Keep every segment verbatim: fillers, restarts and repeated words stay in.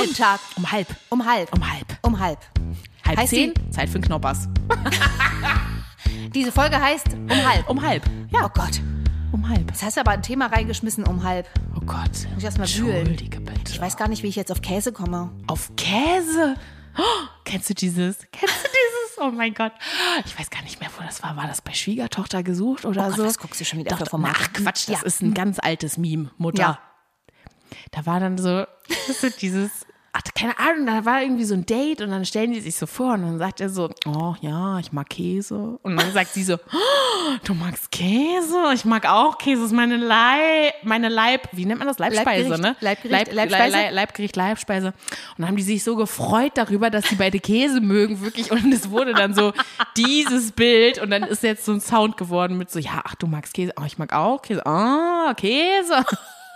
jeden Tag. Um halb. Um halb. Um halb. Um halb. Halb Heißt zehn, die- Zeit für den Knoppers. Diese Folge heißt um halb. Um halb. Ja, Oh Gott. um halb. Jetzt hast du aber ein Thema reingeschmissen um halb. Oh Gott. Muss ich erst mal wühlen. Entschuldige bitte. Ich weiß gar nicht, wie ich jetzt auf Käse komme. Auf Käse? Oh, kennst du dieses? Kennst du dieses? Oh mein Gott. Ich weiß gar nicht mehr, wo das war. War das bei Schwiegertochter gesucht oder Oh Gott, so? was guckst du schon wieder Doch, für doch, Formate? ach Quatsch, das Ja. ist ein ganz altes Meme, Mutter. Ja. Da war dann so, so dieses, ach, keine Ahnung, da war irgendwie so ein Date und dann stellen die sich so vor und dann sagt er so, oh ja, ich mag Käse. Und dann sagt sie so, oh, du magst Käse? Ich mag auch Käse, das ist meine Leib, meine Leib, wie nennt man das? Leibspeise, Leibgericht, ne? Leibgericht, Leib, Leibspeise? Leib, Leibgericht, Leibspeise. Und dann haben die sich so gefreut darüber, dass sie beide Käse mögen, wirklich. Und es wurde dann so dieses Bild und dann ist jetzt so ein Sound geworden mit so, ja, ach, du magst Käse, oh, ich mag auch Käse, ah, Käse.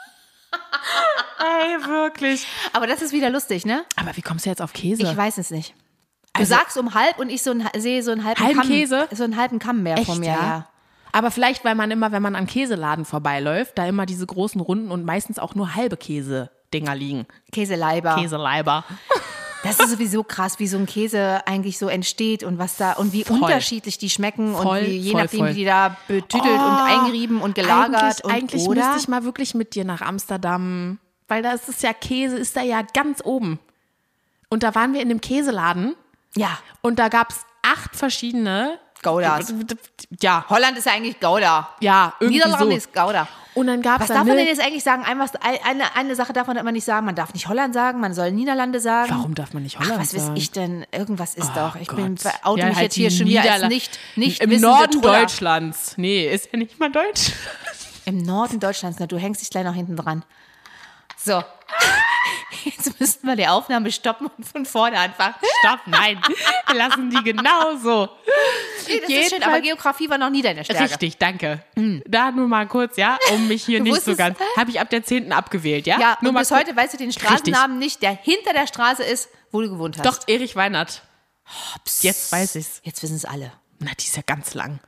Ey, wirklich. Aber das ist wieder lustig, ne? Aber wie kommst du jetzt auf Käse? Ich weiß es nicht. Du Also- sagst um halb und ich so ein, sehe so einen halben, Halben Kamm. Käse? So einen halben Kamm mehr Echt, vor mir, ja? ja. Aber vielleicht, weil man immer, wenn man am Käseladen vorbeiläuft, da immer diese großen Runden und meistens auch nur halbe Käse-Dinger liegen. Käseleiber. Käseleiber. Das ist sowieso krass, wie so ein Käse eigentlich so entsteht und was da und wie Voll. unterschiedlich die schmecken Voll, und wie, je voll, nachdem, voll. wie die da betütelt Oh, und eingerieben und gelagert. Eigentlich, und, eigentlich oder? müsste ich mal wirklich mit dir nach Amsterdam, weil da ist es ja Käse, ist da ja ganz oben. Und da waren wir in dem Käseladen Ja, und da gab es acht verschiedene. Goudas. Ja, Holland ist ja eigentlich Gouda. ja, irgendwie Niederlande so. ist Gouda. Und dann gab es Was da darf man denn Milch. jetzt eigentlich sagen? Einfach, eine, eine Sache darf man immer nicht sagen. Man darf nicht Holland sagen, man soll Niederlande sagen. Warum darf man nicht Holland Ach, was weiß sagen? ich denn? Irgendwas ist Oh doch. Ich bin, Gott. oute Ja, mich halt jetzt hier die schon wieder als Niederla- nicht, nicht Im wissende Norden Troller. Deutschlands. Nee, ist ja nicht mal Deutsch. Im Norden Deutschlands, na, du hängst dich gleich noch hinten dran. So. Jetzt müssten wir die Aufnahme stoppen und von vorne anfangen. Stopp, nein. Wir lassen die genauso. Nee, das ist schön, aber Geografie war noch nie deine Stärke. Richtig, danke. Da nur mal kurz, ja, um mich hier Du nicht so wusstest- ganz. Habe ich ab der zehnten abgewählt, ja? Ja, nur und mal bis kurz- heute weißt du den Straßennamen nicht, der hinter der Straße ist, wo du gewohnt hast. Doch, Erich Weinert. Jetzt weiß ich's. Jetzt wissen es alle. Na, die ist ja ganz lang.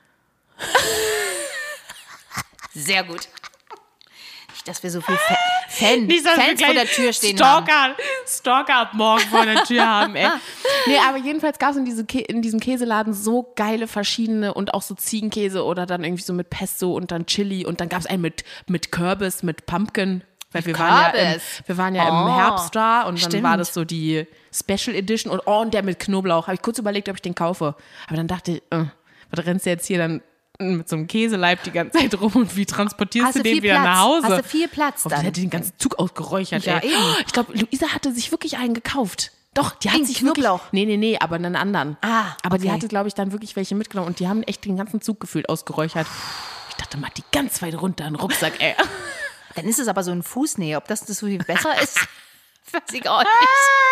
Sehr gut. Nicht, dass wir so viel Fa Fan, Nicht, dass wir Fans vor gleich der Tür stehen haben. Stalker, Stalker ab morgen vor der Tür haben, ey. Nee, aber jedenfalls gab es in, diese Kä- in diesem Käseladen so geile verschiedene und auch so Ziegenkäse oder dann irgendwie so mit Pesto und dann Chili und dann gab es einen mit, mit Kürbis, mit Pumpkin. Weil wir waren, ja im, Kürbis. wir waren ja Oh, im Herbst da und dann stimmt. war das so die Special Edition und oh, und der mit Knoblauch. Habe ich kurz überlegt, ob ich den kaufe. Aber dann dachte ich, äh, was rennst du jetzt hier dann mit so einem Käseleib die ganze Zeit rum und wie transportierst Hast du du den viel wieder Platz? nach Hause? Hast du viel Platz Oh, die dann? hätte den ganzen Zug ausgeräuchert, Ja, ey. eben. Ich glaube, Luisa hatte sich wirklich einen gekauft. Doch, die hat Den sich Knoblauch? wirklich... Nee, nee, nee, aber einen anderen. Ah, aber die okay. hatte, glaube ich, dann wirklich welche mitgenommen und die haben echt den ganzen Zug gefühlt ausgeräuchert. Ich dachte, mach die ganz weit runter in den Rucksack, ey. Dann ist es aber so ein Fußnähe. Ob das, das so viel besser ist, weiß ich auch nicht.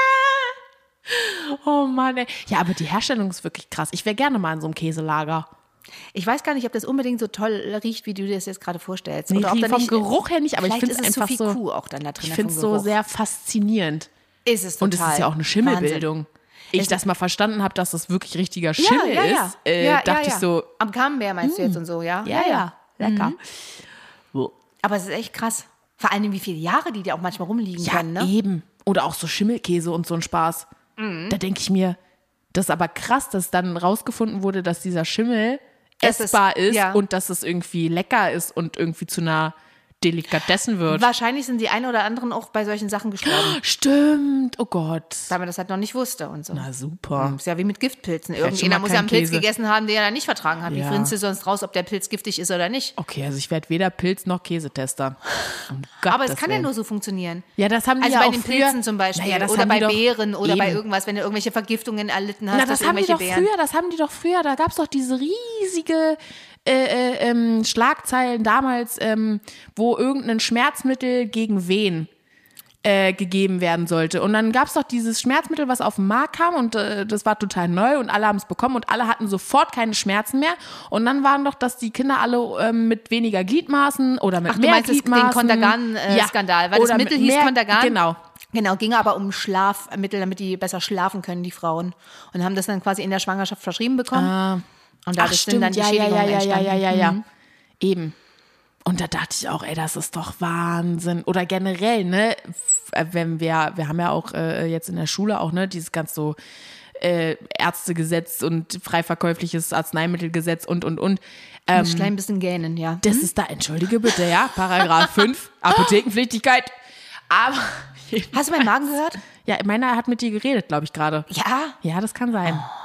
Oh Mann, ey. Ja, aber die Herstellung ist wirklich krass. Ich wäre gerne mal in so einem Käselager. Ich weiß gar nicht, ob das unbedingt so toll riecht, wie du dir das jetzt gerade vorstellst. Nee, Oder ob da vom nicht, Geruch her nicht, aber ich vielleicht finde ist es es einfach zu viel so... Kuh auch dann da drin. Ich finde es vom so Geruch. sehr faszinierend. Ist es total. Und es ist ja auch eine Schimmelbildung. Ich Es- das mal verstanden habe, dass das wirklich richtiger Ja, Schimmel ja, ja. ist, äh, ja, dachte ja, ich ja. so, Am Camembert meinst du jetzt und so, ja? ja, ja, lecker. So. Aber es ist echt krass. Vor allem, wie viele Jahre die da auch manchmal rumliegen Ja, können, ne? eben. Oder auch so Schimmelkäse und so ein Spaß. Mhm. Da denke ich mir, das ist aber krass, dass dann rausgefunden wurde, dass dieser Schimmel Es ist- essbar ist, ja. und dass es irgendwie lecker ist und irgendwie zu einer Delikatessen wird. Wahrscheinlich sind die einen oder anderen auch bei solchen Sachen gestorben, Stimmt, oh Gott. weil man das halt noch nicht wusste und so. Na super. Ist ja wie mit Giftpilzen. schon mal Irgendjemand muss ja keinen einen Pilz Käse. gegessen haben, den er dann nicht vertragen hat. Wie Ja. findest du sonst raus, ob der Pilz giftig ist oder nicht? Okay, also ich werde weder Pilz noch Käsetester. Um Aber es Gottes kann ja Willen. nur so funktionieren. Ja, das haben die Also ja bei auch den früher, Pilzen zum Beispiel Naja, das oder haben bei die doch, Beeren oder bei eben. irgendwas, wenn du irgendwelche Vergiftungen erlitten hast. Na, durch das haben die irgendwelche doch Beeren. früher, das haben die doch früher, da gab es doch diese riesige äh, äh, ähm, Schlagzeilen damals, ähm, wo irgendein Schmerzmittel gegen Wehen äh, gegeben werden sollte. Und dann gab es doch dieses Schmerzmittel, was auf den Markt kam und äh, das war total neu und alle haben es bekommen und alle hatten sofort keine Schmerzen mehr. Und dann waren doch, dass die Kinder alle ähm, mit weniger Gliedmaßen oder mit Ach, du mehr meinst das- den Gliedmaßen. Contergan-Skandal, weil das oder Mittel mit hieß mehr- Contergan. Genau. Genau, ging aber um Schlafmittel, damit die besser schlafen können, die Frauen. Und haben das dann quasi in der Schwangerschaft verschrieben bekommen. Und Ach dadurch sind stimmt, dann die ja, ja, ja, Schädigungen ja, ja, entstanden. ja, ja, ja. Mhm. Eben. Und da dachte ich auch, ey, das ist doch Wahnsinn. Oder generell, ne, wenn wir, wir haben ja auch äh, jetzt in der Schule auch, ne, dieses ganz so äh, Ärztegesetz und freiverkäufliches Arzneimittelgesetz und, und, und. Ähm, ein klein bisschen gähnen, ja. Das hm? ist da, entschuldige bitte, ja, Paragraph fünf, Apothekenpflichtigkeit. Aber. Hast du meinen Magen gehört? Ja, meiner hat mit dir geredet, glaube ich, gerade. Ja? Ja, das kann sein. Oh.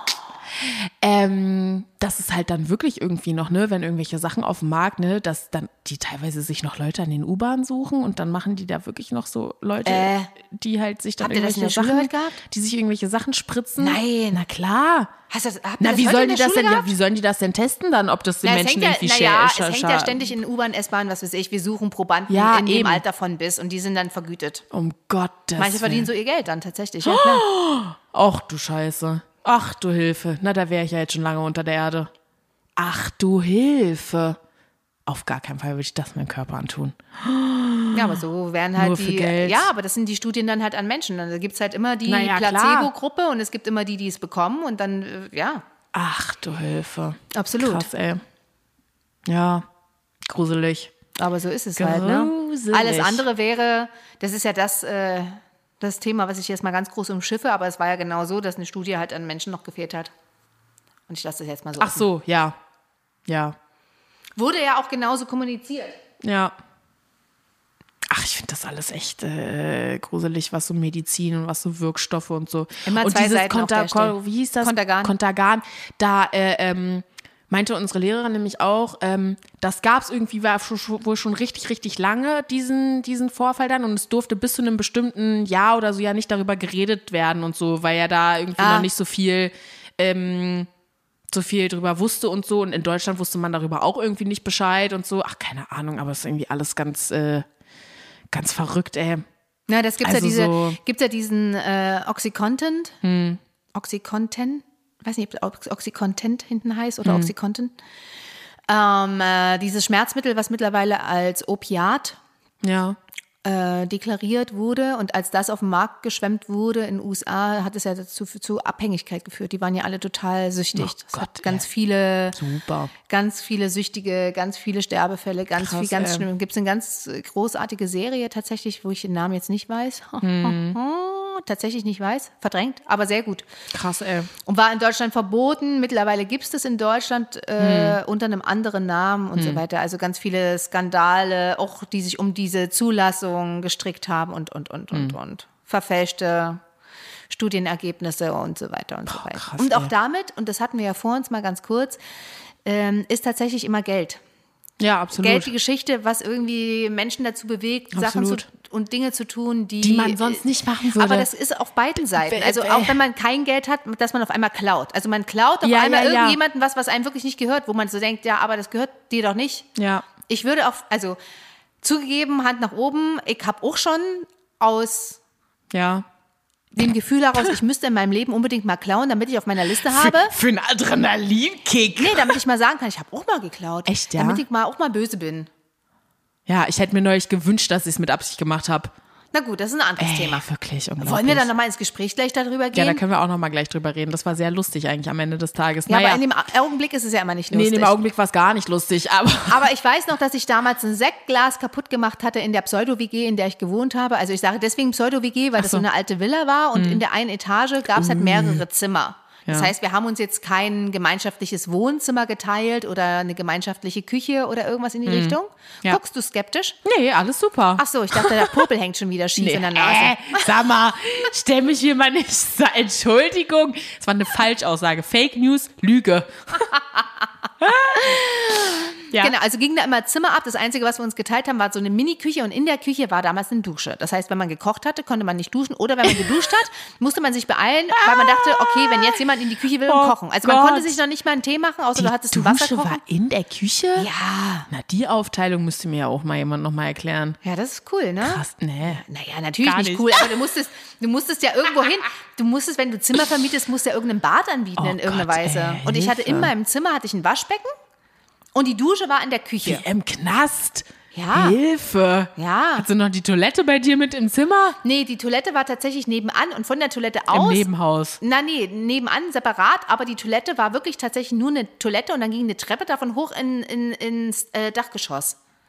Ähm, das ist halt dann wirklich irgendwie noch, ne, wenn irgendwelche Sachen auf dem Markt, ne, dass dann die teilweise sich noch Leute an den U-Bahnen suchen und dann machen die da wirklich noch so Leute, äh, die halt sich dann habt irgendwelche ihr das in der Sachen, Schule gehabt? die sich irgendwelche Sachen spritzen. Nein. Na klar. Hast du das, habt ihr Na, das wie heute sollen in die der das Schule denn, ja, gehabt? wie sollen die das denn testen dann, ob das den Na, Menschen es irgendwie hängt ja, na ja, schä- es hängt ja ständig in U-Bahn, S-Bahn, was weiß ich, wir suchen Probanden Ja, in dem eben. Alter von bis und die sind dann vergütet. Um Gottes Manche verdienen Willen. so ihr Geld dann tatsächlich, ja klar. Ach du Scheiße. Ach du Hilfe. Na, da wäre ich ja jetzt schon lange unter der Erde. Ach du Hilfe. Auf gar keinen Fall würde ich das meinem Körper antun. Ja, aber so werden halt Nur für die. Geld. Ja, aber das sind die Studien dann halt an Menschen. Da gibt es halt immer die Na ja, Placebo-Gruppe und es gibt immer die, die es bekommen und dann, äh, ja. Ach du Hilfe. Absolut. Krass, ey. Ja, gruselig. Aber so ist es halt, ne? Gruselig. Alles andere wäre, das ist ja das, äh, das Thema, was ich jetzt mal ganz groß umschiffe, aber es war ja genau so, dass eine Studie halt an Menschen noch gefehlt hat. Und ich lasse das jetzt mal so. Ach so, ja. Ja. Wurde ja auch genauso kommuniziert. Ja. Ach, ich finde das alles echt äh, gruselig, was so Medizin und was so Wirkstoffe und so. Immer und zwei dieses Seiten auf der Konter, Stelle. wie hieß das? Kontergan. Kontergan. Da äh, ähm, meinte unsere Lehrerin nämlich auch, ähm, das gab es irgendwie, war schon, wohl schon richtig, richtig lange, diesen, diesen Vorfall dann. Und es durfte bis zu einem bestimmten Jahr oder so ja nicht darüber geredet werden und so, weil ja da irgendwie Ah. noch nicht so viel... Ähm, so viel drüber wusste und so. Und in Deutschland wusste man darüber auch irgendwie nicht Bescheid und so. Ach, keine Ahnung, aber es ist irgendwie alles ganz, äh, ganz verrückt, ey. Na, das gibt's Also ja diese, so- gibt's ja diesen äh, Oxycontin. Hm. Oxycontin? Ich weiß nicht, ob Oxycontin hinten heißt oder Oxycontin. Ähm, äh, dieses Schmerzmittel, was mittlerweile als Opiat Ja. äh, deklariert wurde und als das auf den Markt geschwemmt wurde in den U S A, hat es ja dazu zu Abhängigkeit geführt. Die waren ja alle total süchtig. Oh Es Gott, hat ganz ey. viele, Super. ganz viele Süchtige, ganz viele Sterbefälle, ganz Krass, viel, ganz ey. schlimm. Gibt es eine ganz großartige Serie tatsächlich, wo ich den Namen jetzt nicht weiß. Hm. Tatsächlich nicht weiß, verdrängt, aber sehr gut. Krass, ey. Und war in Deutschland verboten. Mittlerweile gibt es das in Deutschland äh, Hm. unter einem anderen Namen und so weiter. Also ganz viele Skandale, auch die sich um diese Zulassung gestrickt haben und, und, und, Hm. und, und. Verfälschte Studienergebnisse und so weiter und so weiter. krass, und auch ey. damit, und das hatten wir ja vor uns mal ganz kurz, ähm, ist tatsächlich immer Geld. Ja, absolut. Geld, die Geschichte, was irgendwie Menschen dazu bewegt, Sachen zu, Absolut. und Dinge zu tun, die, Die man sonst nicht machen würde. Aber das ist auf beiden Seiten. Bäh, Also bäh. auch wenn man kein Geld hat, dass man auf einmal klaut. Also man klaut auf Ja, einmal ja, ja. irgendjemandem was, was einem wirklich nicht gehört, wo man so denkt, ja, aber das gehört dir doch nicht. Ja. Ich würde auch, also zugegeben, Hand nach oben, ich habe auch schon aus Ja. dem Gefühl heraus, ich müsste in meinem Leben unbedingt mal klauen, damit ich auf meiner Liste habe. Für, für einen Adrenalinkick. Nee, damit ich mal sagen kann, ich habe auch mal geklaut. Echt, ja? Damit ich mal auch mal böse bin. Ja, ich hätte mir neulich gewünscht, dass ich es mit Absicht gemacht habe. Na gut, das ist ein anderes Ey, Thema. wirklich unglaublich. Wollen wir dann nochmal ins Gespräch gleich darüber Ja, gehen? da können wir auch noch mal gleich drüber reden. Das war sehr lustig eigentlich am Ende des Tages. Ja, naja, aber in dem Augenblick ist es ja immer nicht nee, lustig. in dem Augenblick war es gar nicht lustig, aber Aber ich weiß noch, dass ich damals ein Sektglas kaputt gemacht hatte in der Pseudo-W G, in der ich gewohnt habe. Also ich sage deswegen Pseudo-W G, weil das so so. eine alte Villa war und in der einen Etage gab es halt mehrere Zimmer. Das Ja. heißt, wir haben uns jetzt kein gemeinschaftliches Wohnzimmer geteilt oder eine gemeinschaftliche Küche oder irgendwas in die Richtung. Ja. Guckst du skeptisch? nee, alles super. Ach so, ich dachte, der Popel hängt schon wieder schief in der Nase. Äh, sag mal, stell mich hier mal nicht. so- Entschuldigung. Das war eine Falschaussage. Fake News, Lüge. ja. Genau, also ging da immer Zimmer ab. Das Einzige, was wir uns geteilt haben, war so eine Mini-Küche und in der Küche war damals eine Dusche. Das heißt, wenn man gekocht hatte, konnte man nicht duschen oder wenn man geduscht hat, musste man sich beeilen, weil man dachte, okay, wenn jetzt jemand in die Küche will und Oh kochen. Also man Gott. konnte sich noch nicht mal einen Tee machen, außer Die du hattest einen Dusche Wasserkocher. war in der Küche? Ja. Na, die Aufteilung müsste mir ja auch mal jemand noch mal erklären. Ja, das ist cool, ne? Krass, nee. Naja, natürlich Gar nicht nicht. cool, aber du musstest, du musstest ja irgendwo hin. Du musstest, wenn du Zimmer vermietest, musst du ja irgendein Bad anbieten Oh in irgendeiner Gott, Weise. ey, Und ich hatte in Hilfe. meinem Zimmer hatte ich ein Waschbecken und die Dusche war in der Küche. Wie im Knast. Ja. Hilfe. Ja. Hast du noch die Toilette bei dir mit im Zimmer? Nee, die Toilette war tatsächlich nebenan und von der Toilette Im aus. Nebenhaus. Na nee, nebenan, separat, aber die Toilette war wirklich tatsächlich nur eine Toilette und dann ging eine Treppe davon hoch in, in, ins äh, Dachgeschoss.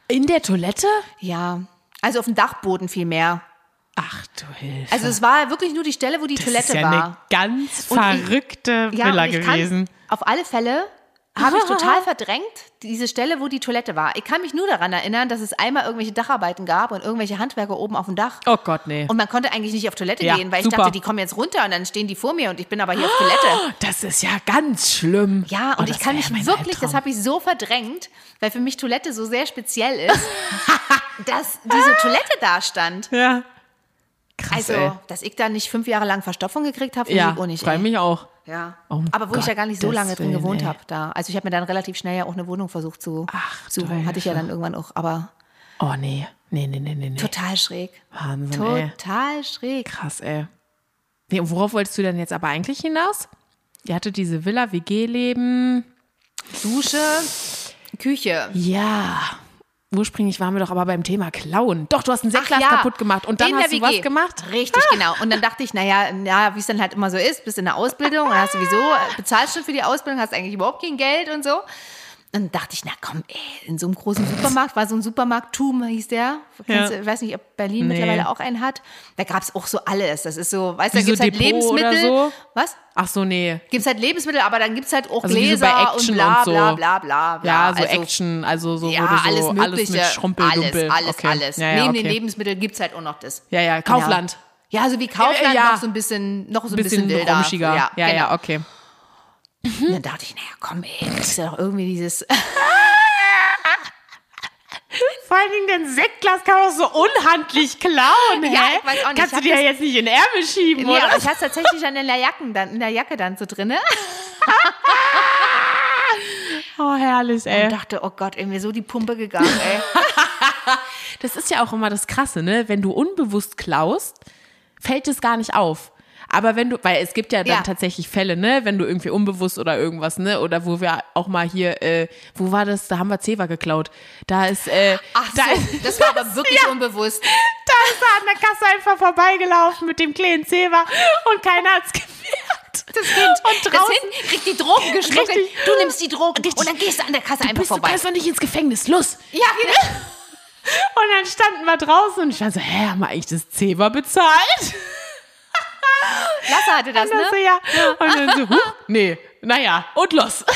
In der Toilette? Ja, also auf dem Dachboden viel mehr. Ach du Hilfe. Also es war wirklich nur die Stelle, wo die das Toilette ist ja war. eine ganz Und ich- verrückte Ja, Villa und ich gewesen. Kann, auf alle Fälle habe ich total verdrängt, diese Stelle, wo die Toilette war. Ich kann mich nur daran erinnern, dass es einmal irgendwelche Dacharbeiten gab und irgendwelche Handwerker oben auf dem Dach. Oh Gott, nee. Und man konnte eigentlich nicht auf Toilette Ja, gehen, weil super. ich dachte, die kommen jetzt runter und dann stehen die vor mir und ich bin aber hier auf Toilette. Das ist ja ganz schlimm. Ja, und oh, ich das kann wär mich ja mein wirklich, das Albtraum. habe ich so verdrängt, weil für mich Toilette so sehr speziell ist, dass diese Toilette da stand. Ja. Krass, Also, ey. dass ich da nicht fünf Jahre lang Verstopfung gekriegt habe, finde Ja, ich auch nicht. freu ey. mich auch. Ja. Um Aber wo ich ja gar nicht so Gottes lange drin Willen, gewohnt ey. habe da. Also ich habe mir dann relativ schnell ja auch eine Wohnung versucht zu Ach, suchen. du Hatte ich ja Hilfe. dann irgendwann auch. Aber Oh nee, nee, nee, nee, nee. nee. total schräg. Wahnsinn, ey. Total schräg. Krass, ey. Nee, und worauf wolltest du denn jetzt aber eigentlich hinaus? Ihr hattet diese Villa, W G-Leben. Dusche, Küche. Ja. Ursprünglich waren wir doch aber beim Thema Klauen. Doch, du hast ein Sektglas ja, kaputt gemacht und dann in hast der du W G. was gemacht? Richtig, genau. Und dann dachte ich, naja, ja, wie es dann halt immer so ist, bist in der Ausbildung und hast sowieso, bezahlst schon für die Ausbildung, hast eigentlich überhaupt kein Geld und so. Dann dachte ich, na komm, ey, in so einem großen Supermarkt, war so ein Supermarkt, Tum hieß der. Kennst Ja. du, ich weiß nicht, ob Berlin Nee. mittlerweile auch einen hat. Da gab es auch so alles. Das ist so, weißt du, Wie da gibt es so halt Depot Lebensmittel. oder so? Was? Ach so, nee. Gibt es halt Lebensmittel, aber dann gibt es halt auch Also wie so Gläser bei und Action bla und so. bla bla bla bla. Ja, so Also, Action, also so ja, wurde so alles alles Mögliche. mit Schrumpeldümpel. Alles, alles, okay. alles. Ja, ja, Neben okay. den Lebensmitteln gibt es halt auch noch das. Ja, ja, Kaufland. Ja, ja so wie Kaufland, Ja. noch so ein bisschen, noch so ein Bisschen, bisschen, wilder. rumschiger. Ja, ja, genau. okay. Und dann dachte ich, naja, komm, ey, das ist ja doch irgendwie dieses. Vor allen Dingen, den Sektglas kann man doch so unhandlich klauen, hä? Ja, ich weiß auch nicht. Kannst Ich du dir ja hab jetzt nicht in den Ärmel schieben, Nee, oder? aber ich hatte es tatsächlich dann in der Jacke dann, in der Jacke dann so drinne. Oh, herrlich, ey. Und dachte, oh Gott, ey, mir so die Pumpe gegangen, ey. Das ist ja auch immer das Krasse, ne? Wenn du unbewusst klaust, fällt es gar nicht auf. Aber wenn du, weil es gibt ja dann Ja. tatsächlich Fälle, ne, wenn du irgendwie unbewusst oder irgendwas, ne, oder wo wir auch mal hier, äh, wo war das? Da haben wir Zewa geklaut. Da ist, äh, Ach da so, ist, das war aber wirklich ja, unbewusst. Da ist er an der Kasse einfach vorbeigelaufen mit dem kleinen Zewa und keiner hat's gemerkt. Das Kind, Und das draußen- Kind kriegt die Drogen geschmuggelt. Richtig. Du nimmst die Drogen Richtig. und dann gehst du an der Kasse Du einfach bist, du vorbei. kannst doch nicht ins Gefängnis, los! Ja, genau. Und dann standen wir draußen und ich war so, hä, haben wir eigentlich das Zewa bezahlt? Lasse hatte das, Und ne? dann so, ja. Und dann so, huch, nee, naja, und los.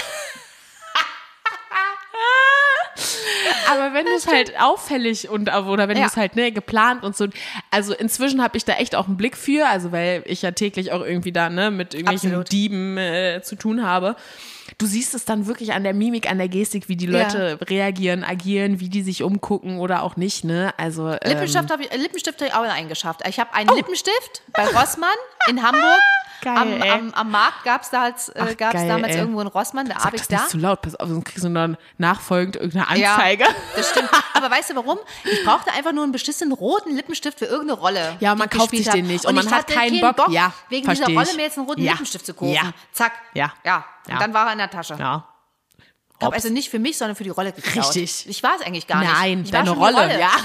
Aber wenn du es halt auffällig und oder wenn Ja. du es halt ne, geplant und so, also inzwischen habe ich da echt auch einen Blick für, also weil ich ja täglich auch irgendwie da ne mit irgendwelchen Absolut. Dieben äh, zu tun habe. Du siehst es dann wirklich an der Mimik, an der Gestik, wie die Leute reagieren, agieren, wie die sich umgucken oder auch nicht, ne? Also ähm, Lippenstift habe ich, äh, Lippenstift hab ich auch eingeschafft. Ich habe einen Lippenstift bei Rossmann in Hamburg. Geil, am, ey. am, am Markt gab es da als, äh, Ach, gab's geil, damals ey. irgendwo in Rossmann, da sag habe ich das da. nicht zu laut, pass auf, sonst kriegst du dann nachfolgend irgendeine Ja, Anzeige. das stimmt. Aber weißt du warum? Ich brauchte einfach nur einen beschissenen roten Lippenstift für irgendeine Rolle. Ja, und die man ich kauft gespielt sich den hab. nicht und man ich hat hatte keinen keinen Bock. Ja, wegen versteh dieser Rolle ich. mir jetzt einen roten Ja. Lippenstift zu kaufen. Ja. Zack. Ja. Ja. Und Ja. dann war er in der Tasche. Ja. Ich habe also nicht für mich, sondern für die Rolle geklaut. Richtig. Ich war es eigentlich gar nicht. Nein, ich war deine schon die Rolle, ja.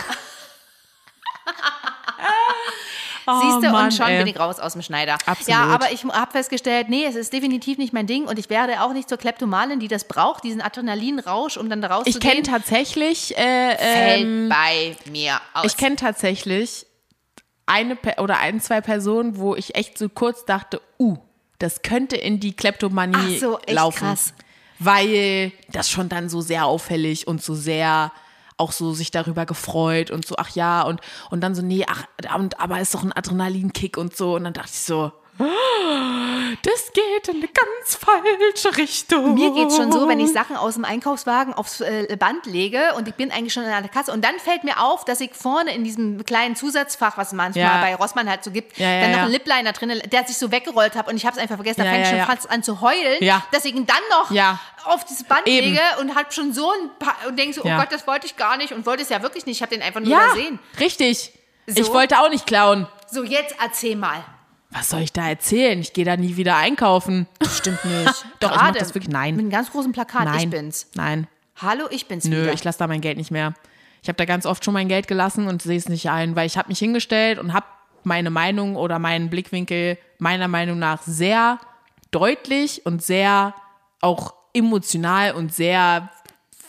Siehst du, Mann, und schon ey. bin ich raus aus dem Schneider. Absolut. Ja, aber ich habe festgestellt, nee, es ist definitiv nicht mein Ding und ich werde auch nicht zur Kleptomanin, die das braucht, diesen Adrenalinrausch, um dann da Ich kenne rauszugehen. tatsächlich, äh, Fällt ähm, bei mir aus. ich kenne tatsächlich eine Pe- oder ein, zwei Personen, wo ich echt so kurz dachte, uh, das könnte in die Kleptomanie Ach so, echt laufen. krass. Weil das schon dann so sehr auffällig und so sehr auch so sich darüber gefreut und so, ach ja, und, und dann so, nee, ach, und, aber ist doch ein Adrenalinkick und so. Und dann dachte ich so, das geht in eine ganz falsche Richtung. Mir geht's schon so, wenn ich Sachen aus dem Einkaufswagen aufs äh, Band lege und ich bin eigentlich schon an der Kasse und dann fällt mir auf, dass ich vorne in diesem kleinen Zusatzfach, was es manchmal Ja. bei Rossmann halt so gibt, Ja, ja, dann noch ja. einen Lipliner drin, der sich so weggerollt hat und ich habe es einfach vergessen, da Ja, fängt ja, schon ja. fast an zu heulen, Ja. dass ich ihn dann noch Ja. auf dieses Band Eben. lege und hab schon so ein paar und denke so, oh Ja. Gott, das wollte ich gar nicht und wollte es ja wirklich nicht, ich habe den einfach nur Ja, übersehen. richtig. So. Ich wollte auch nicht klauen. So, jetzt erzähl mal. Was soll ich da erzählen? Ich gehe da nie wieder einkaufen. Stimmt nicht. Doch, ich mach Gerade das wirklich. Nein. Mit einem ganz großen Plakat, Nein. ich bin's. Nein. Hallo, ich bin's Nö, wieder. ich lasse da mein Geld nicht mehr. Ich habe da ganz oft schon mein Geld gelassen und sehe es nicht ein, weil ich habe mich hingestellt und habe meine Meinung oder meinen Blickwinkel meiner Meinung nach sehr deutlich und sehr auch emotional und sehr,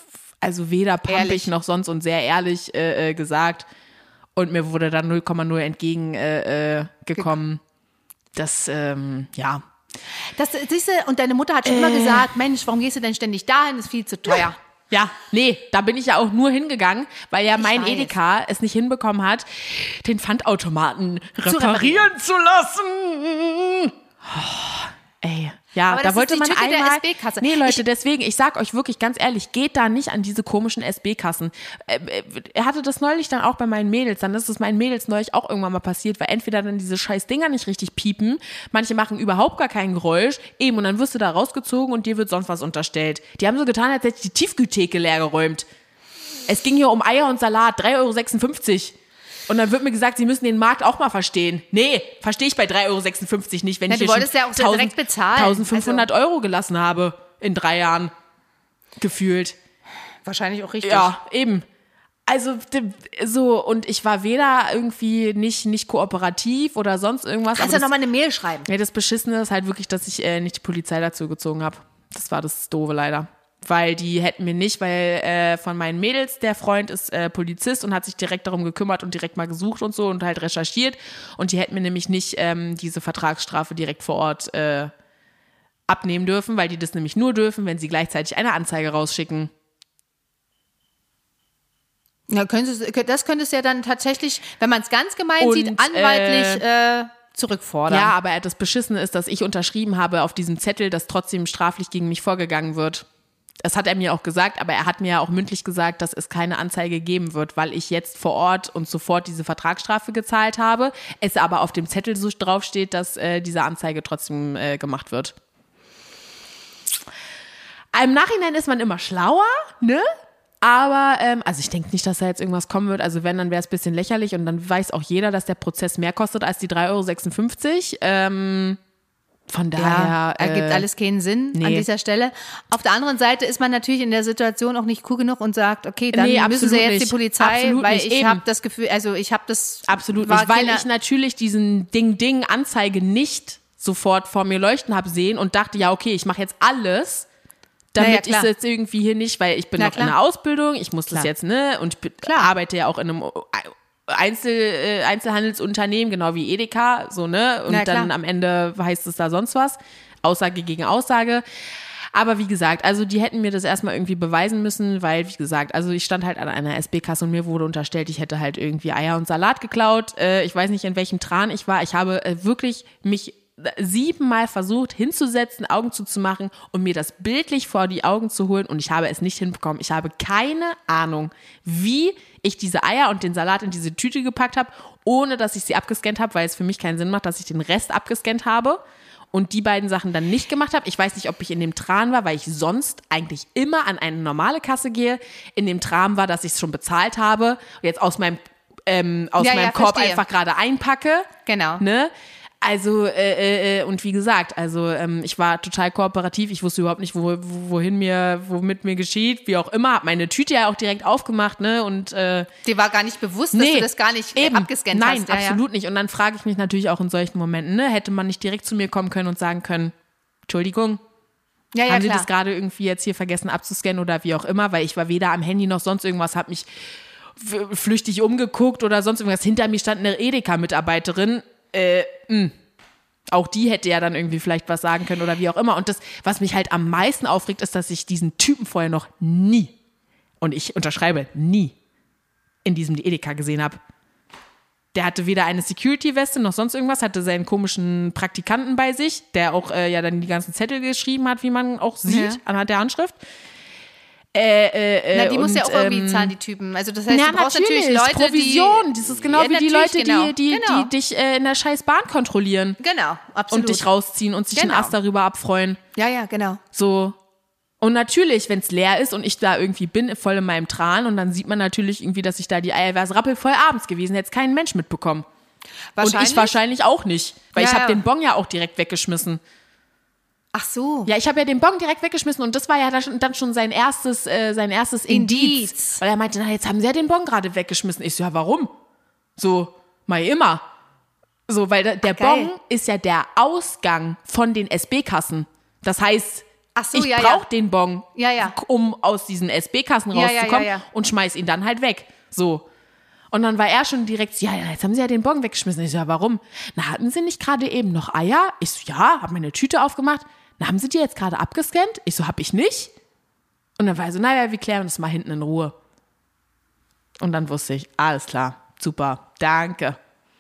Also weder pampig Ehrlich. noch sonst und sehr ehrlich äh, äh, gesagt. Und mir wurde dann null Komma null entgegengekommen. Äh, äh, gekommen. Das, ähm, ja. Das, siehst du, und deine Mutter hat schon äh. immer gesagt, Mensch, warum gehst du denn ständig dahin? Das ist viel zu teuer. Ja, nee, da bin ich ja auch nur hingegangen, weil ja Ich mein weiß. Edeka es nicht hinbekommen hat, den Pfandautomaten reparieren zu, zu lassen. Oh, ey, ja, Aber da das wollte ist die man Tücke der einmal. S B-Kasse. Nee, Leute, Ich- deswegen, ich sag euch wirklich ganz ehrlich, geht da nicht an diese komischen S B-Kassen. Äh, äh, Er hatte das neulich dann auch bei meinen Mädels, dann ist es meinen Mädels neulich auch irgendwann mal passiert, weil entweder dann diese scheiß Dinger nicht richtig piepen, manche machen überhaupt gar kein Geräusch, eben, und dann wirst du da rausgezogen und dir wird sonst was unterstellt. Die haben so getan, als hätte ich die Tiefkühltheke leer geräumt. Es ging hier um Eier und Salat, drei Euro sechsundfünfzig. Und dann wird mir gesagt, sie müssen den Markt auch mal verstehen. Nee, verstehe ich bei drei Euro sechsundfünfzig nicht, wenn Ja, ich du hier wolltest schon ja auch so direkt bezahlen. eintausendfünfhundert Euro gelassen habe in drei Jahren. Gefühlt. Wahrscheinlich auch richtig. Ja, eben. Also d- so, und ich war weder irgendwie nicht, nicht kooperativ oder sonst irgendwas. Kannst ja aber nochmal eine Mail schreiben. Nee, das Beschissene ist halt wirklich, dass ich äh, nicht die Polizei dazu gezogen habe. Das war das Doofe leider. Weil die hätten mir nicht, weil äh, von meinen Mädels, der Freund ist äh, Polizist und hat sich direkt darum gekümmert und direkt mal gesucht und so und halt recherchiert. Und die hätten mir nämlich nicht ähm, diese Vertragsstrafe direkt vor Ort äh, abnehmen dürfen, weil die das nämlich nur dürfen, wenn sie gleichzeitig eine Anzeige rausschicken. Ja, könntest, das könntest du ja dann tatsächlich, wenn man es ganz gemein Und, sieht, anwaltlich äh, zurückfordern. Ja, aber das Beschissene ist, dass ich unterschrieben habe auf diesem Zettel, dass trotzdem straflich gegen mich vorgegangen wird. Das hat er mir auch gesagt, aber er hat mir ja auch mündlich gesagt, dass es keine Anzeige geben wird, weil ich jetzt vor Ort und sofort diese Vertragsstrafe gezahlt habe. Es aber auf dem Zettel so draufsteht, dass äh, diese Anzeige trotzdem äh, gemacht wird. Im Nachhinein ist man immer schlauer, ne? Aber, ähm, also ich denke nicht, dass da jetzt irgendwas kommen wird. Also wenn, dann wäre es ein bisschen lächerlich und dann weiß auch jeder, dass der Prozess mehr kostet als die drei Euro sechsundfünfzig. Ähm, von daher. Ja, ergibt äh, alles keinen Sinn nee. an dieser Stelle. Auf der anderen Seite ist man natürlich in der Situation auch nicht cool genug und sagt, okay, dann Nee, müssen sie absolut jetzt nicht. die Polizei, Absolut weil nicht, ich eben. habe das Gefühl, also ich habe das Absolut war nicht, weil keine- ich natürlich diesen Ding-Ding-Anzeige nicht sofort vor mir leuchten habe sehen und dachte, ja, okay, ich mache jetzt alles, damit Naja, ich klar. es jetzt irgendwie hier nicht, weil ich bin Na, noch in klar. der Ausbildung, ich muss Klar. das jetzt, ne, und be- Klar. arbeite ja auch in einem Einzel, äh, Einzelhandelsunternehmen, genau wie Edeka, so, ne, und Na, dann klar. am Ende heißt es da sonst was, Aussage gegen Aussage. Aber wie gesagt, also die hätten mir das erstmal irgendwie beweisen müssen, weil, wie gesagt, also ich stand halt an einer S B-Kasse und mir wurde unterstellt, ich hätte halt irgendwie Eier und Salat geklaut. Äh, ich weiß nicht, in welchem Tran ich war. Ich habe äh, wirklich mich siebenmal versucht hinzusetzen, Augen zuzumachen und mir das bildlich vor die Augen zu holen und ich habe es nicht hinbekommen. Ich habe keine Ahnung, wie ich diese Eier und den Salat in diese Tüte gepackt habe, ohne dass ich sie abgescannt habe, weil es für mich keinen Sinn macht, dass ich den Rest abgescannt habe und die beiden Sachen dann nicht gemacht habe. Ich weiß nicht, ob ich in dem Tran war, weil ich sonst eigentlich immer an eine normale Kasse gehe. In dem Tran war, dass ich es schon bezahlt habe und jetzt aus meinem, ähm, aus Ja, meinem ja, Korb verstehe. einfach gerade einpacke. Genau. Ne? Also, äh, äh, und wie gesagt, also ähm, ich war total kooperativ. Ich wusste überhaupt nicht, wo, wo, wohin mir, womit mir geschieht, wie auch immer. Hab meine Tüte ja auch direkt aufgemacht, ne? Und äh, Dir war gar nicht bewusst, dass nee, du das gar nicht eben. abgescannt Nein, hast. Ja, absolut nicht. Und dann frage ich mich natürlich auch in solchen Momenten, ne? Hätte man nicht direkt zu mir kommen können und sagen können, Entschuldigung, Ja, ja, ja haben Sie klar. das gerade irgendwie jetzt hier vergessen abzuscannen oder wie auch immer, weil ich war weder am Handy noch sonst irgendwas, habe mich f- flüchtig umgeguckt oder sonst irgendwas. Hinter mir stand eine Edeka-Mitarbeiterin, äh, mh. Auch die hätte ja dann irgendwie vielleicht was sagen können oder wie auch immer. Und das, was mich halt am meisten aufregt, ist, dass ich diesen Typen vorher noch nie, und ich unterschreibe, nie in diesem Edeka gesehen habe. Der hatte weder eine Security-Weste noch sonst irgendwas, hatte seinen komischen Praktikanten bei sich, der auch äh, ja dann die ganzen Zettel geschrieben hat, wie man auch sieht, Ja. anhand der Handschrift. Äh, äh, Na, die und, muss ja auch irgendwie ähm, zahlen, die Typen. Also das heißt, ja, du brauchst natürlich, natürlich, Leute, Provision. die... Das ist genau Ja, wie die natürlich, Leute, genau. die, die, Genau. die dich äh, in der scheiß Bahn kontrollieren Genau, absolut. und dich rausziehen und sich Genau. einen Ast darüber abfreuen. Ja, ja, genau. So. Und natürlich, wenn es leer ist und ich da irgendwie bin, voll in meinem Tran und dann sieht man natürlich irgendwie, dass ich da die Eier, wäre es rappelvoll abends gewesen, hätte es kein Mensch mitbekommen. Und ich wahrscheinlich auch nicht, weil Ja, ich habe ja. den Bon ja auch direkt weggeschmissen. Ach so. Ja, ich habe ja den Bon direkt weggeschmissen und das war ja dann schon, dann schon sein erstes, äh, sein erstes Indiz. Indiz. Weil er meinte, na, jetzt haben sie ja den Bon gerade weggeschmissen. Ich so, ja, warum? So, mal immer. So, weil der, der Ach, geil. Bon ist ja der Ausgang von den S B-Kassen. Das heißt, Ach so, ich ja, brauche ja. den Bon, Ja, ja. um aus diesen S B-Kassen Ja, ja, rauszukommen ja, ja. und schmeiß ihn dann halt weg. So. Und dann war er schon direkt, ja, ja, jetzt haben sie ja den Bon weggeschmissen. Ich so, ja, warum? Na, hatten sie nicht gerade eben noch Eier? Ich so, ja, hab meine Tüte aufgemacht. Na, haben sie die jetzt gerade abgescannt? Ich so, hab ich nicht. Und dann war er so, naja, wir klären das mal hinten in Ruhe. Und dann wusste ich, alles klar, super, danke.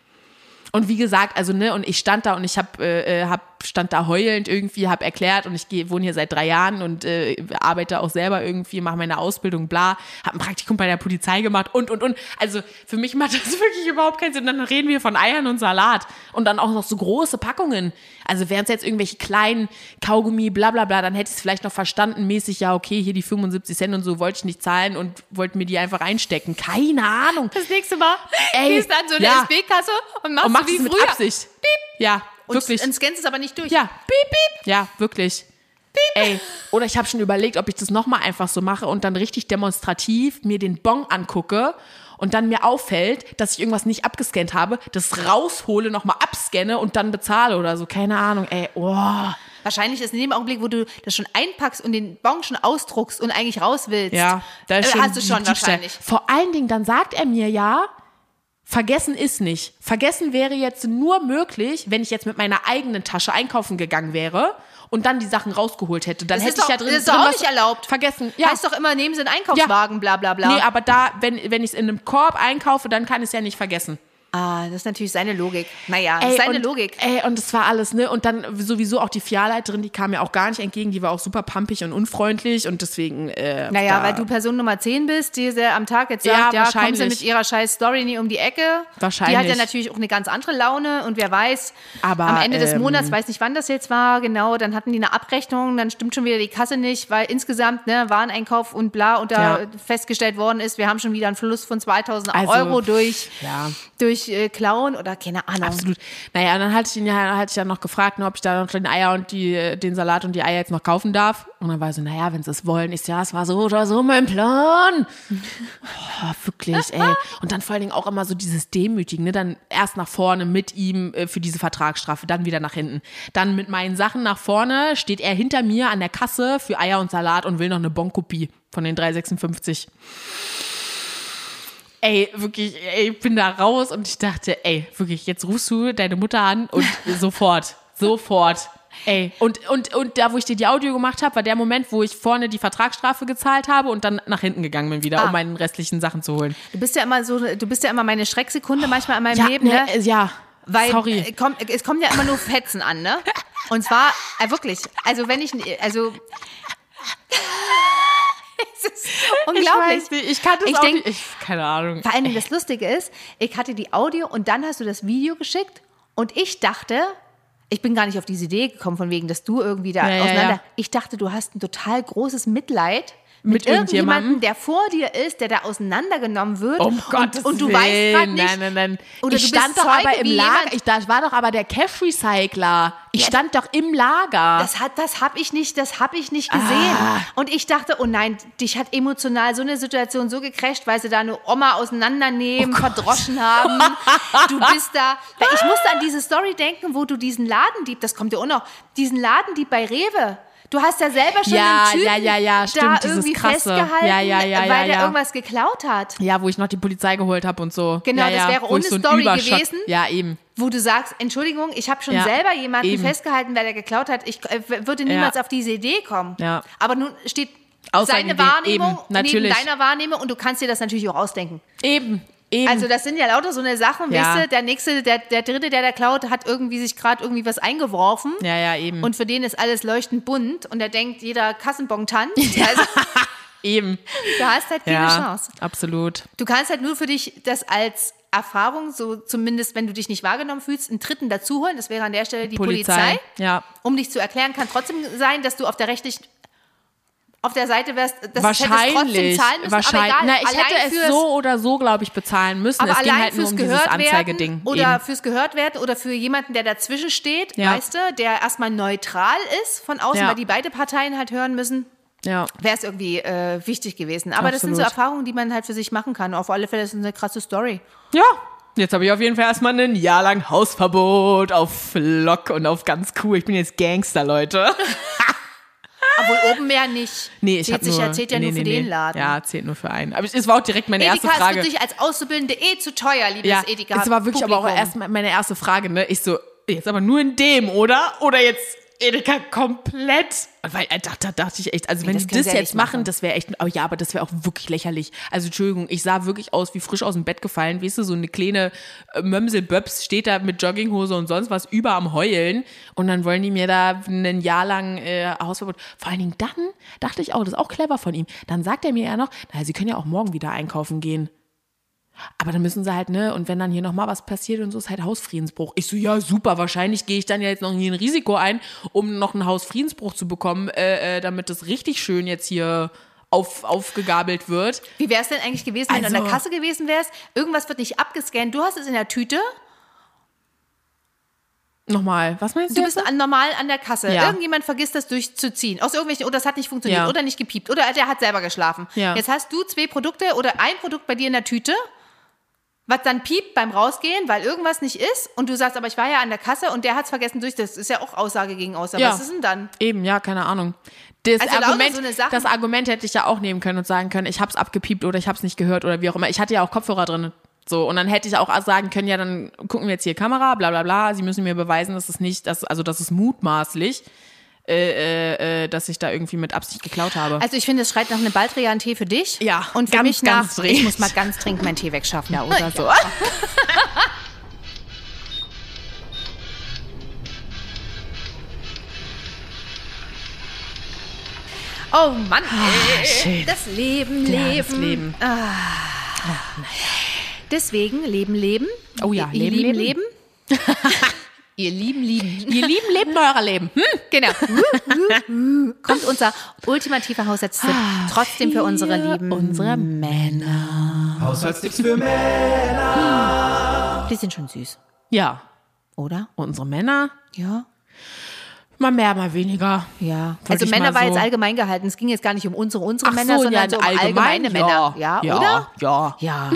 Und wie gesagt, also ne, und ich stand da und ich hab, äh, hab stand da heulend irgendwie, habe erklärt und ich geh, wohne hier seit drei Jahren und äh, arbeite auch selber irgendwie, mache meine Ausbildung, bla, habe ein Praktikum bei der Polizei gemacht und, und, und. Also für mich macht das wirklich überhaupt keinen Sinn. Und dann reden wir von Eiern und Salat und dann auch noch so große Packungen. Also wären es jetzt irgendwelche kleinen Kaugummi, bla bla bla, dann hätte ich es vielleicht noch verstanden, mäßig, ja okay, hier die fünfundsiebzig Cent und so wollte ich nicht zahlen und wollte mir die einfach einstecken. Keine Ahnung. Das nächste Mal Ey, gehst du an so eine ja. S B-Kasse und machst, Und machst so wie es mit früher. Absicht. Piep. Ja, Und, wirklich. und scannst es aber nicht durch. Ja, piep, piep. Ja, wirklich. Piep. Ey, oder ich habe schon überlegt, ob ich das nochmal einfach so mache und dann richtig demonstrativ mir den Bon angucke und dann mir auffällt, dass ich irgendwas nicht abgescannt habe, das raushole, nochmal abscanne und dann bezahle oder so. Keine Ahnung, ey. Oh. Wahrscheinlich ist in dem Augenblick, wo du das schon einpackst und den Bon schon ausdruckst und eigentlich raus willst, Ja, da ist äh, schon hast du schon Diebstahl. wahrscheinlich. Vor allen Dingen, dann sagt er mir ja, vergessen ist nicht. Vergessen wäre jetzt nur möglich, wenn ich jetzt mit meiner eigenen Tasche einkaufen gegangen wäre und dann die Sachen rausgeholt hätte. Dann Das hätte ist ich ja doch- drin, das ist doch drin auch was nicht erlaubt. Vergessen. Ja. Heißt doch immer, nehmen Sie einen Einkaufswagen, bla bla bla. Nee, aber da, wenn, wenn ich es in einem Korb einkaufe, dann kann ich es ja nicht vergessen. Ah, das ist natürlich seine Logik. Naja, das Ey, ist seine und, Logik. Ey, und das war alles, ne? Und dann sowieso auch die Filialleiterin, die kam mir auch gar nicht entgegen, die war auch super pampig und unfreundlich und deswegen, äh, Naja, da, weil du Person Nummer zehn bist, die sie am Tag jetzt Ja, sagt, ja, kommen wahrscheinlich. Sie mit ihrer scheiß Story nie um die Ecke. Wahrscheinlich. Die hat ja natürlich auch eine ganz andere Laune und wer weiß, Aber, am Ende des ähm, Monats, weiß nicht, wann das jetzt war, genau, dann hatten die eine Abrechnung, dann stimmt schon wieder die Kasse nicht, weil insgesamt, ne, Wareneinkauf und bla und da Ja. festgestellt worden ist, wir haben schon wieder einen Verlust von zweitausend Also, Euro durch, ja. durch äh, Klauen oder keine Ahnung. Absolut. Naja, und dann hatte ich ihn ja, hatte ich ja noch gefragt, ne, ob ich da noch den Eier und die, den Salat und die Eier jetzt noch kaufen darf. Und dann war so, naja, wenn sie es wollen. Ich so, ja, es war so oder so mein Plan. Oh, wirklich, ey. Und dann vor allen Dingen auch immer so dieses Demütigen, ne? Dann erst nach vorne mit ihm äh, für diese Vertragsstrafe, dann wieder nach hinten. Dann mit meinen Sachen nach vorne steht er hinter mir an der Kasse für Eier und Salat und will noch eine Bonkopie von den drei sechsundfünfzig. Ey, wirklich, ey, ich bin da raus und ich dachte, ey, wirklich, jetzt rufst du deine Mutter an und sofort, sofort. Ey, und, und, und da, wo ich dir die Audio gemacht habe, war der Moment, wo ich vorne die Vertragsstrafe gezahlt habe und dann nach hinten gegangen bin wieder, Ah. um meine restlichen Sachen zu holen. Du bist ja immer so, du bist ja immer meine Schrecksekunde manchmal in meinem Ja, Leben, ne? ne, äh, ja, Weil sorry. äh, komm, es kommen ja immer nur Fetzen an, ne? Und zwar, äh, wirklich, also wenn ich, also es ist unglaublich. Ich weiß nicht, ich kann das Ich auch denk- nicht, ich, keine Ahnung. Vor allem das Lustige ist, ich hatte die Audio und dann hast du das Video geschickt und ich dachte, ich bin gar nicht auf diese Idee gekommen, von wegen, dass du irgendwie da Ja, ja, auseinander. ja. Ich dachte, du hast ein total großes Mitleid Mit mit, irgendjemandem, irgendjemandem? der vor dir ist, der da auseinandergenommen wird. Um und, Gottes und du Willen. weißt gerade nicht. Nein, nein, nein. Oder ich du bist stand doch Zeuge, aber im wie Lager. jemand- Ich, das war doch aber der Cash Recycler. Ich Ja, stand doch im Lager. Das hat, das habe ich nicht, das habe ich nicht gesehen. Ah. Und ich dachte, oh nein, dich hat emotional so eine Situation so gecrasht, weil sie da eine Oma auseinandernehmen, Oh verdroschen haben. Du bist da. Weil ich musste an diese Story denken, wo du diesen Ladendieb, das kommt ja auch noch, diesen Ladendieb bei Rewe. Du hast ja selber schon Ja, den Typen ja, ja, ja, da stimmt, dieses irgendwie Krasse. festgehalten, Ja, ja, ja, weil ja, der ja. irgendwas geklaut hat. Ja, wo ich noch die Polizei geholt habe und so. Genau, ja, das ja, wäre wo ohne ich so einen Story Überschock- gewesen. Ja, eben. Wo du sagst, Entschuldigung, ich habe schon Ja, selber jemanden eben. festgehalten, weil der geklaut hat. Ich äh, würde niemals Ja. auf diese Idee kommen. Ja. Aber nun steht Aus seine seiner Idee, Wahrnehmung eben, neben natürlich. deiner Wahrnehmung und du kannst dir das natürlich auch ausdenken. Eben, eben. Also das sind ja lauter so eine Sachen, Ja. weißt du, der nächste, der, der dritte, der da klaut, hat irgendwie sich gerade irgendwie was eingeworfen. ja, ja, eben. Und für den ist alles leuchtend bunt und er denkt, jeder Kassenbon tanzt. Also, eben. du hast halt keine Ja, Chance. absolut. Du kannst halt nur für dich das als Erfahrung, so zumindest wenn du dich nicht wahrgenommen fühlst, einen Dritten dazu holen. Das wäre an der Stelle die Polizei. Ja. Um dich zu erklären, kann trotzdem sein, dass du auf der rechtlichen auf der Seite wärst, dass Wahrscheinlich. du trotzdem zahlen müssen. Wahrscheinlich. Aber egal, Na, ich allein hätte es fürs, so oder so, glaube ich, bezahlen müssen. aber es ging allein halt nur fürs um dieses Gehörtwerden Anzeigeding. oder Eben. fürs Gehörtwerden oder für jemanden, der dazwischen steht, Ja. weißt du, der erstmal neutral ist von außen, Ja. weil die beide Parteien halt hören müssen. Ja. Wäre es irgendwie äh, wichtig gewesen. Aber das sind so Absolut. Erfahrungen, die man halt für sich machen kann. Auf alle Fälle ist es eine krasse Story. Ja. Jetzt habe ich auf jeden Fall erstmal ein Jahr lang Hausverbot auf Lock und auf ganz cool. Ich bin jetzt Gangster, Leute. Obwohl oben mehr nicht. Nee, ich zählt, habe sich, nur... ja, zählt ja nee, nur nee, für nee. den Laden. Ja, zählt nur für einen. Aber es war auch direkt meine Edeka erste Frage. ist für dich als Auszubildende eh zu teuer, liebes Ja, Edeka. es war wirklich aber auch Publikum. erst meine erste Frage, ne? Ich so, jetzt aber nur in dem, oder? Oder jetzt Edeka komplett? Weil da, da dachte ich echt, also Nee, wenn das die können das sie ja jetzt nicht machen, machen. das wäre echt, oh ja, aber das wäre auch wirklich lächerlich. Also Entschuldigung, ich sah wirklich aus wie frisch aus dem Bett gefallen, weißt du, so eine kleine äh, Mömselböps steht da mit Jogginghose und sonst was über am Heulen und dann wollen die mir da ein Jahr lang äh, Hausverbot. Vor allen Dingen dann dachte ich auch, das ist auch clever von ihm. Dann sagt er mir ja noch, naja, sie können ja auch morgen wieder einkaufen gehen. Aber dann müssen sie halt, ne, und wenn dann hier nochmal was passiert und so, ist halt Hausfriedensbruch. Ich so, ja, super, wahrscheinlich gehe ich dann ja jetzt noch hier ein Risiko ein, um noch einen Hausfriedensbruch zu bekommen, äh, äh, damit das richtig schön jetzt hier auf, aufgegabelt wird. Wie wäre es denn eigentlich gewesen, wenn Also- du an der Kasse gewesen wärst? Irgendwas wird nicht abgescannt, du hast es in der Tüte, Nochmal, was meinst du? du bist jetzt? an, normal an der Kasse. Ja. Irgendjemand vergisst das durchzuziehen. Aus irgendwelchen, oder das hat nicht funktioniert, Ja. oder nicht gepiept, oder der hat selber geschlafen. Ja. Jetzt hast du zwei Produkte oder ein Produkt bei dir in der Tüte, was dann piept beim Rausgehen, weil irgendwas nicht ist und du sagst, aber ich war ja an der Kasse und der hat es vergessen durch, das ist ja auch Aussage gegen Aussage. Ja. Was ist denn dann? Eben, ja, keine Ahnung. Das, Also lauter Argument, so eine Sachen- das Argument hätte ich ja auch nehmen können und sagen können, ich hab's abgepiept oder ich hab's nicht gehört oder wie auch immer. Ich hatte ja auch Kopfhörer drin. So, und dann hätte ich auch sagen können, ja, dann gucken wir jetzt hier Kamera, bla bla bla. Sie müssen mir beweisen, dass es nicht, dass, also das ist mutmaßlich, äh, äh, äh, dass ich da irgendwie mit Absicht geklaut habe. Also ich finde, es schreit nach einem Baldrian-Tee für dich. Ja, und für ganz, mich nach, ganz dringend. ich muss mal ganz dringend meinen Tee wegschaffen. Ja, oder so. Oh Mann, ey. schön. Das Leben, Ja, Leben. das Leben. Deswegen Leben, Leben. Oh ja, Ihr Leben, lieben, Leben. Leben. Ihr lieben, lieben. Ihr lieben lebt euer Leben. Hm? Genau. Kommt unser ultimativer Haushaltstipp. Trotzdem für unsere lieben unsere Männer. Haushaltstipps für Männer. Die sind schon süß, Ja, oder? unsere Männer, Ja. mal mehr, mal weniger. Ja. Wollte Also ich Männer mal war so- jetzt allgemein gehalten. Es ging jetzt gar nicht um unsere, unsere Ach Männer, so, sondern ja, so um allgemein, allgemeine Männer. Ja, ja, oder? Ja. Ja.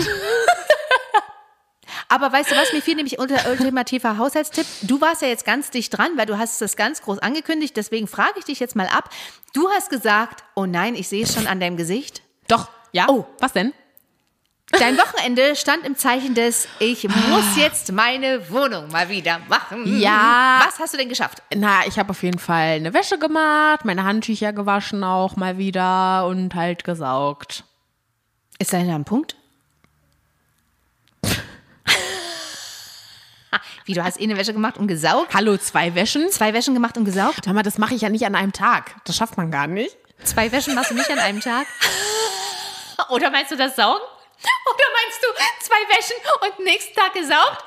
Aber weißt du was, mir fiel nämlich unter ultimativer Haushaltstipp. Du warst ja jetzt ganz dicht dran, weil du hast das ganz groß angekündigt. Deswegen frage ich dich jetzt mal ab. Du hast gesagt, oh nein, ich sehe es schon an deinem Gesicht. Doch, ja. Oh. Was denn? Dein Wochenende stand im Zeichen des, ich muss jetzt meine Wohnung mal wieder machen. Ja. Was hast du denn geschafft? Na, ich habe auf jeden Fall eine Wäsche gemacht, meine Handtücher gewaschen auch mal wieder und halt gesaugt. Ist da ein Punkt? Wie, du hast eh eine Wäsche gemacht und gesaugt? Hallo, zwei Wäschen? Zwei Wäschen gemacht und gesaugt? Sag mal, das mache ich ja nicht an einem Tag. Das schafft man gar nicht. Zwei Wäschen machst du nicht an einem Tag? Oder meinst du das Saugen? Oder meinst du zwei Wäschen und nächsten Tag gesaugt?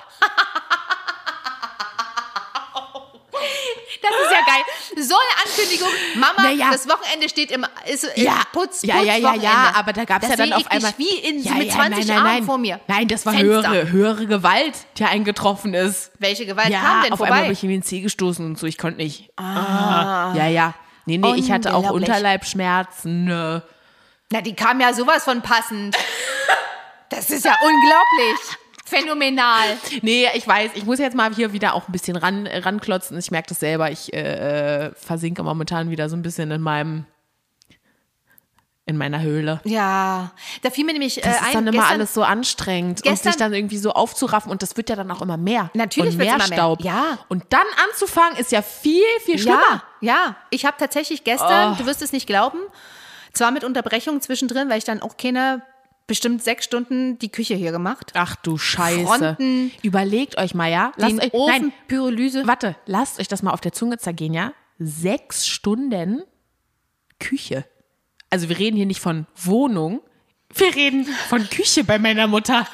Das ist ja geil. So eine Ankündigung. Mama, Naja. das Wochenende steht im ist, ist Ja, Putz, ja, ja, ja, Putzwochenende. ja, aber da gab's Das ja dann seh auf ich dich einmal wie in, ja, mit ja, zwanzig nein, nein, Armen nein. vor mir. Nein, das war Fenster. höhere, höhere Gewalt, die eingetroffen ist. Welche Gewalt Ja, kam denn auf vorbei? einmal bin ich in den Zeh gestoßen und so, ich konnte nicht. Ah. Ja, ja. Nee, nee, ich hatte auch Unglaublich. Unterleibschmerzen. Ne. Na, die kam ja sowas von passend. Das ist ja unglaublich. Phänomenal. Nee, ich weiß, ich muss jetzt mal hier wieder auch ein bisschen ran, ranklotzen. Ich merke das selber, ich äh, äh, versinke momentan wieder so ein bisschen in meinem, in meiner Höhle. Ja, da fiel mir nämlich äh, Das ist ein, dann immer gestern, alles so anstrengend und gestern- sich dann irgendwie so aufzuraffen und das wird ja dann auch immer mehr. Natürlich und wird's mehr immer mehr. Staub. Ja. Und dann anzufangen ist ja viel, viel schlimmer. Ja, ja. Ich habe tatsächlich gestern, Oh. du wirst es nicht glauben, zwar mit Unterbrechung zwischendrin, weil ich dann auch keine bestimmt sechs Stunden die Küche hier gemacht. Ach du Scheiße. Fronten, Überlegt euch mal, ja. Lasst Den euch, Ofen, nein, Pyrolyse. warte, lasst euch das mal auf der Zunge zergehen, ja. Sechs Stunden Küche. Also wir reden hier nicht von Wohnung, wir reden von Küche bei meiner Mutter.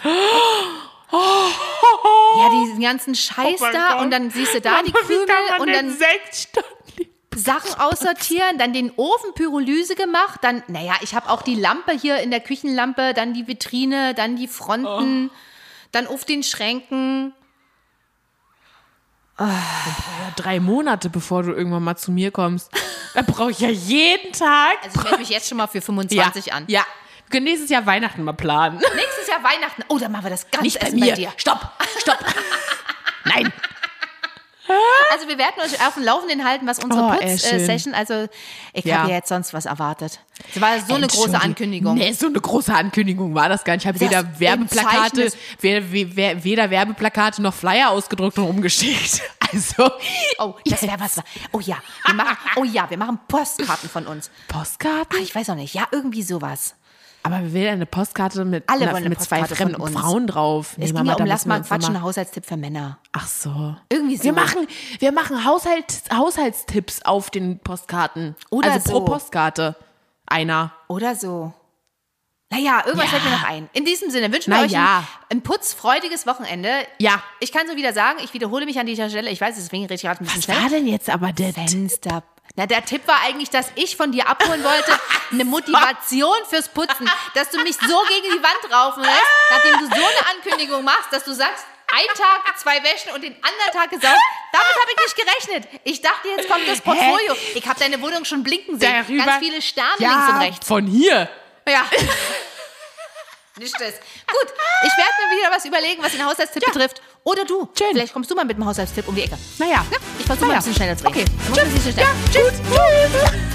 Ja, diesen ganzen Scheiß Oh mein da Gott. und dann siehst du da Mama, die wie Krümel kann man und denn dann sechs Stunden. Sachen aussortieren, dann den Ofen Pyrolyse gemacht, dann, naja, ich habe auch die Lampe hier in der Küchenlampe, dann die Vitrine, dann die Fronten, dann auf den Schränken. Ja, drei Monate, bevor du irgendwann mal zu mir kommst. Da brauche ich ja jeden Tag. Also ich melde mich jetzt schon mal für fünfundzwanzig an. Ja, wir können nächstes Jahr Weihnachten mal planen. Nächstes Jahr Weihnachten. Oh, dann machen wir das ganz Nicht bei Essen mir. bei dir. Stopp, stopp. Nein. also wir werden euch auf dem Laufenden halten, was unsere Oh, ey, schön. Putz-Session, also ich Ja. habe ja jetzt sonst was erwartet. Das war so eine große Entschuldigung. Ankündigung. Nee, so eine große Ankündigung war das gar nicht. Ich habe weder im Werbeplakate, Zeichnis- weder, weder, weder Werbeplakate noch Flyer ausgedruckt und rumgeschickt. Also, Oh, das wäre was. Oh ja, wir machen, oh ja, wir machen Postkarten von uns. Postkarten? Ach, ich weiß auch nicht. Ja, irgendwie sowas. Aber wir wählen eine Postkarte mit, Alle na, wollen eine mit zwei Postkarte von fremden uns. Frauen drauf. Es ging Mama, ja da um, lass müssen wir mal uns noch quatschen, ein Haushaltstipp für Männer. Ach so. Irgendwie so. Wir machen, wir machen Haushalts, Haushaltstipps auf den Postkarten. Oder also pro so. Postkarte. Einer. Oder so. Naja, irgendwas Ja. fällt mir noch ein. In diesem Sinne wünschen wir Na euch ja. ein, ein putzfreudiges Wochenende. Ja. Ich kann so wieder sagen, ich wiederhole mich an dieser Stelle. Ich weiß, deswegen rede ich gerade ein bisschen Was schnell. war denn jetzt aber der Fenster. Na, der Tipp war eigentlich, dass ich von dir abholen wollte, eine Motivation fürs Putzen, dass du mich so gegen die Wand raufen lässt, nachdem du so eine Ankündigung machst, dass du sagst, ein Tag, zwei Wäschen und den anderen Tag gesaugt. Damit habe ich nicht gerechnet. Ich dachte, jetzt kommt das Portfolio. Ich habe deine Wohnung schon blinken sehen. Darüber- Ganz viele Sterne ja, links und rechts. von hier. Ja. Nicht das. Gut, ich werde mir wieder was überlegen, was den Haushaltstipp betrifft. Oder du. Schön. Vielleicht kommst du mal mit dem Haushaltstipp um die Ecke. Naja. Ja, ich versuche mal Naja. ein bisschen schneller zu reden. Okay. Du musst ein bisschen schneller. Ja, tschüss. Tschüss.